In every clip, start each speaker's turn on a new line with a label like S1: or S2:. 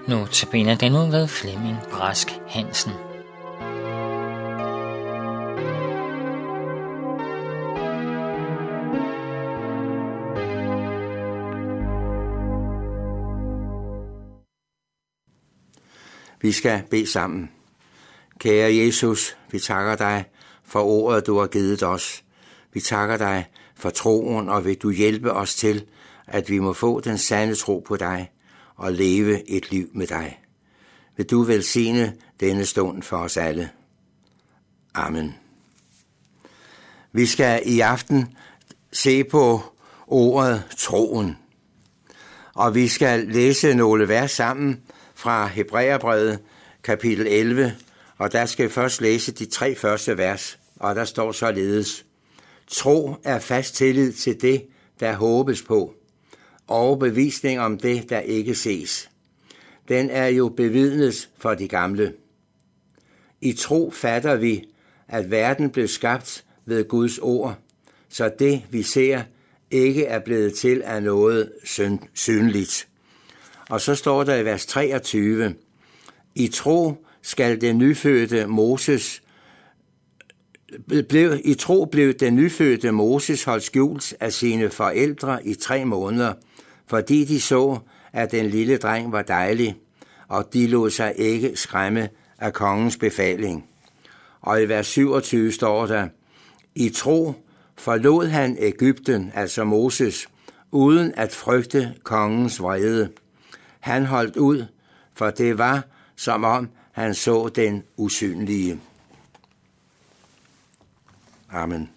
S1: Nu tabiner den ud ved Flemming Brask Hansen.
S2: Vi skal bede sammen. Kære Jesus, vi takker dig for ordet, du har givet os. Vi takker dig for troen, og vil du hjælpe os til, at vi må få den sande tro på dig og leve et liv med dig. Vil du velsigne denne stund for os alle. Amen. Vi skal i aften se på ordet troen, og vi skal læse nogle vers sammen fra Hebræerbrevet kapitel 11, og der skal vi først læse de 3 første vers, og der står således: Tro er fast tillid til det, der håbes på, og bevisning om det, der ikke ses. Den er jo bevidnet for de gamle. I tro fatter vi, at verden blev skabt ved Guds ord, så det, vi ser, ikke er blevet til af noget synligt. Og så står der i vers 23, I tro blev den nyfødte Moses holdt skjult af sine forældre i 3 måneder, fordi de så, at den lille dreng var dejlig, og de lod sig ikke skræmme af kongens befaling. Og i vers 27 står der, I tro forlod han Egypten, altså Moses, uden at frygte kongens vrede. Han holdt ud, for det var, som om han så den usynlige. Amen.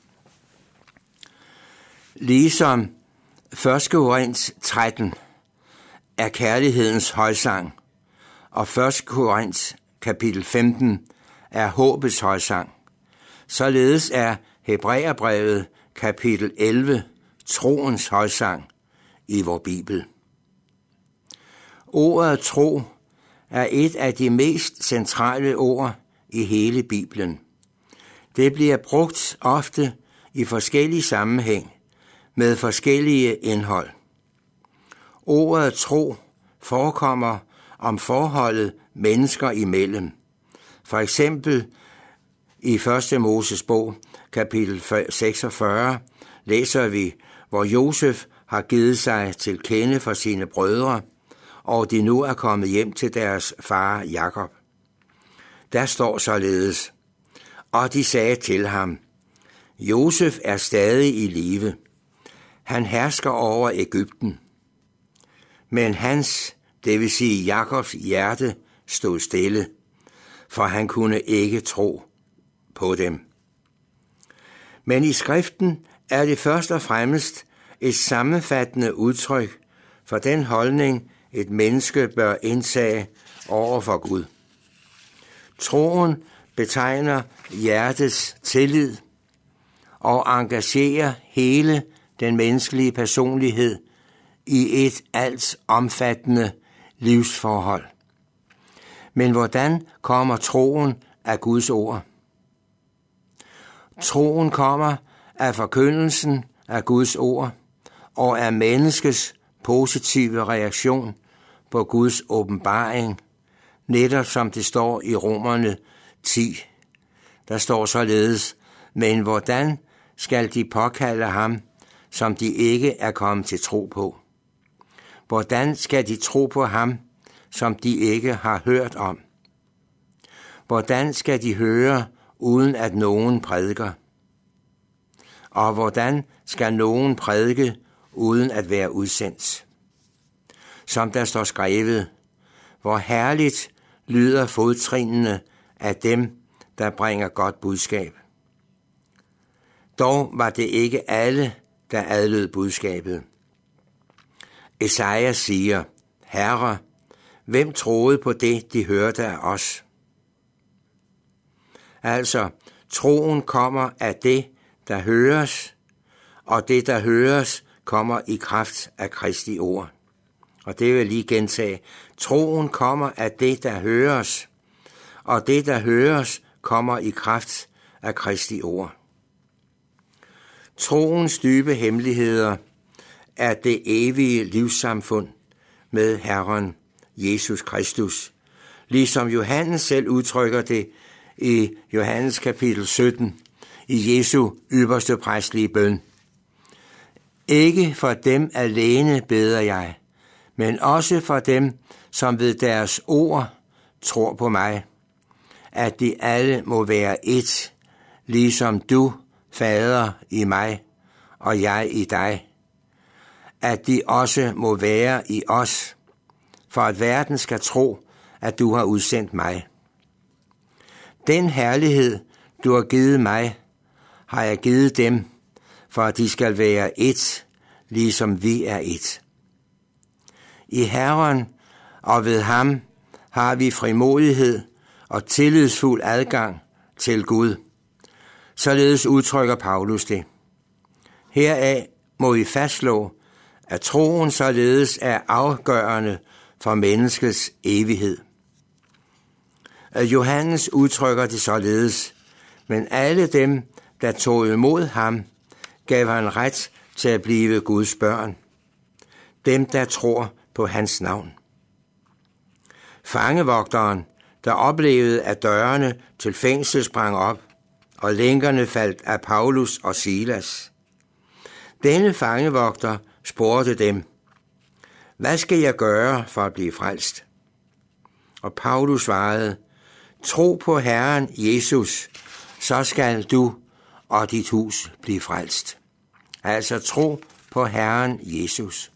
S2: Ligesom 1. Korinth 13 er kærlighedens højsang, og 1. Korinth kapitel 15 er håbets højsang, således er Hebræerbrevet kapitel 11 troens højsang i vor Bibel. Ordet tro er et af de mest centrale ord i hele Bibelen. Det bliver brugt ofte i forskellige sammenhæng med forskellige indhold. Ordet tro forekommer om forholdet mennesker imellem. For eksempel i 1. Moses bog, kapitel 46, læser vi, hvor Josef har givet sig til kende for sine brødre, og de nu er kommet hjem til deres far Jakob. Der står således, og de sagde til ham, Josef er stadig i live. Han hersker over Egypten. Men hans, det vil sige Jakobs hjerte, stod stille, for han kunne ikke tro på dem. Men i skriften er det først og fremmest et sammenfattende udtryk for den holdning, et menneske bør indsage over for Gud. Troen betegner hjertets tillid og engagerer hele den menneskelige personlighed i et alt omfattende livsforhold. Men hvordan kommer troen af Guds ord? Troen kommer af forkyndelsen af Guds ord og af menneskets positive reaktion på Guds åbenbaring, netop som det står i Romerne 10. Der står således, men hvordan skal de påkalde ham, som de ikke er kommet til tro på? Hvordan skal de tro på ham, som de ikke har hørt om? Hvordan skal de høre, uden at nogen prædiker? Og hvordan skal nogen prædike, uden at være udsendt? Som der står skrevet, hvor herligt lyder fodtrinene af dem, der bringer godt budskab. Dog var det ikke alle, der adlød budskabet. Esajas siger, Herre, hvem troede på det, de hørte af os? Altså, troen kommer af det, der høres, og det, der høres, kommer i kraft af Kristi ord. Og det vil jeg lige gentage. Troen kommer af det, der høres, og det, der høres, kommer i kraft af Kristi ord. Troens dybe hemmeligheder er det evige livssamfund med Herren Jesus Kristus, ligesom Johannes selv udtrykker det i Johannes kapitel 17 i Jesu ypperste præstlige bøn. Ikke for dem alene beder jeg, men også for dem, som ved deres ord tror på mig, at de alle må være ét, ligesom du, Fader, i mig, og jeg i dig, at de også må være i os, for at verden skal tro, at du har udsendt mig. Den herlighed, du har givet mig, har jeg givet dem, for at de skal være ét, ligesom vi er ét. I Herren og ved ham har vi frimodighed og tillidsfuld adgang til Gud. Således udtrykker Paulus det. Heraf må vi fastslå, at troen således er afgørende for menneskets evighed. Johannes udtrykker det således, men alle dem, der tog imod ham, gav han ret til at blive Guds børn. Dem, der tror på hans navn. Fangevogteren, der oplevede, at dørene til fængslet sprang op, og lænkerne faldt af Paulus og Silas. Denne fangevogter spurgte dem, hvad skal jeg gøre for at blive frelst? Og Paulus svarede, tro på Herren Jesus, så skal du og dit hus blive frelst. Altså tro på Herren Jesus.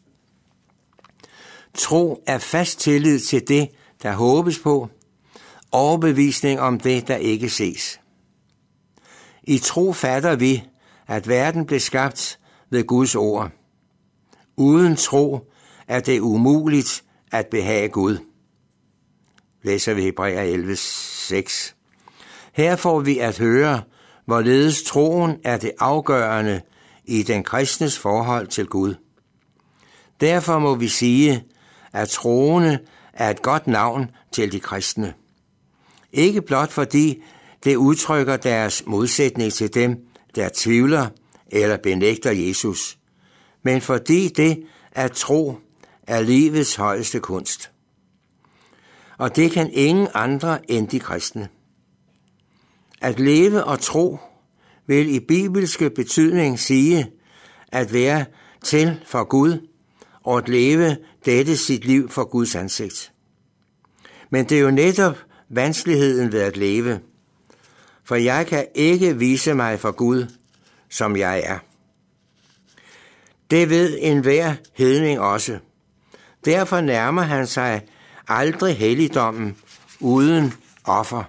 S2: Tro er fast tillid til det, der håbes på, overbevisning om det, der ikke ses. I tro fatter vi, at verden blev skabt ved Guds ord. Uden tro er det umuligt at behage Gud. Læser vi Hebræer 11:6. Her får vi at høre, hvorledes troen er det afgørende i den kristnes forhold til Gud. Derfor må vi sige, at troende er et godt navn til de kristne. Ikke blot fordi det udtrykker deres modsætning til dem, der tvivler eller benægter Jesus, men fordi det at tro er livets højeste kunst. Og det kan ingen andre end de kristne. At leve og tro vil i bibelske betydning sige at være til for Gud og at leve dette sit liv for Guds ansigt. Men det er jo netop vanskeligheden ved at leve, for jeg kan ikke vise mig for Gud, som jeg er. Det ved enhver hedning også. Derfor nærmer han sig aldrig helligdommen uden offer.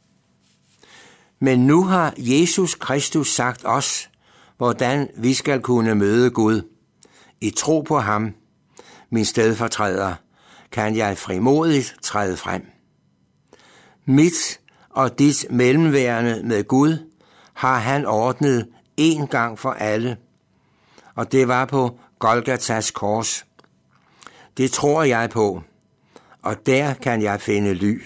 S2: Men nu har Jesus Kristus sagt os, hvordan vi skal kunne møde Gud. I tro på ham, min stedfortræder, kan jeg frimodigt træde frem. Mit og dit mellemværende med Gud har han ordnet en gang for alle, og det var på Golgatas kors. Det tror jeg på, og der kan jeg finde ly.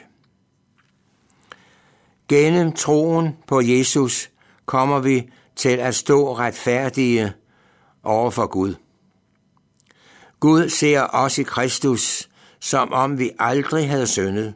S2: Gennem troen på Jesus kommer vi til at stå retfærdige over for Gud. Gud ser os i Kristus, som om vi aldrig havde syndet.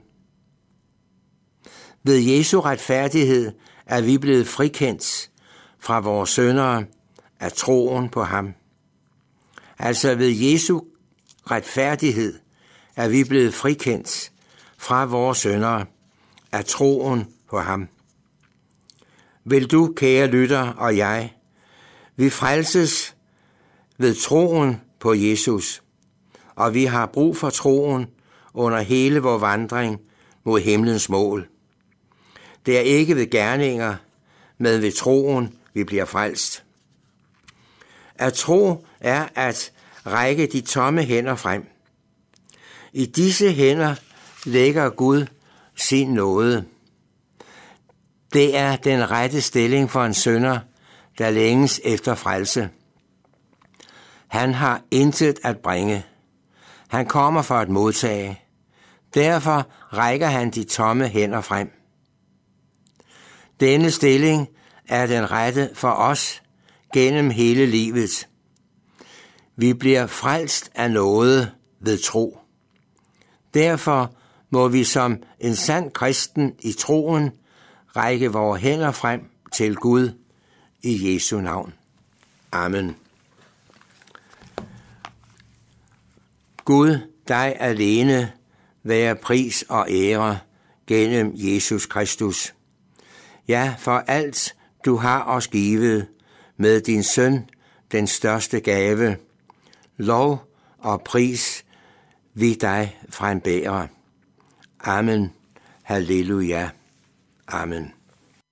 S2: Ved Jesu retfærdighed er vi blevet frikendt fra vores syndere af troen på ham. Altså ved Jesu retfærdighed er vi blevet frikendt fra vores syndere af troen på ham. Vil du, kære lytter, og jeg, vi frelses ved troen på Jesus, og vi har brug for troen under hele vor vandring mod himlens mål. Det er ikke ved gerninger, men ved troen, vi bliver frelst. At tro er at række de tomme hænder frem. I disse hænder lægger Gud sin nåde. Det er den rette stilling for en synder, der længes efter frelse. Han har intet at bringe. Han kommer for at modtage. Derfor rækker han de tomme hænder frem. Denne stilling er den rette for os gennem hele livet. Vi bliver frelst af nåde ved tro. Derfor må vi som en sand kristen i troen række vores hænder frem til Gud i Jesu navn. Amen. Gud, dig alene, være pris og ære gennem Jesus Kristus. Ja, for alt du har os givet med din søn, den største gave. Lov og pris vi dig frembærer. Amen. Halleluja. Amen.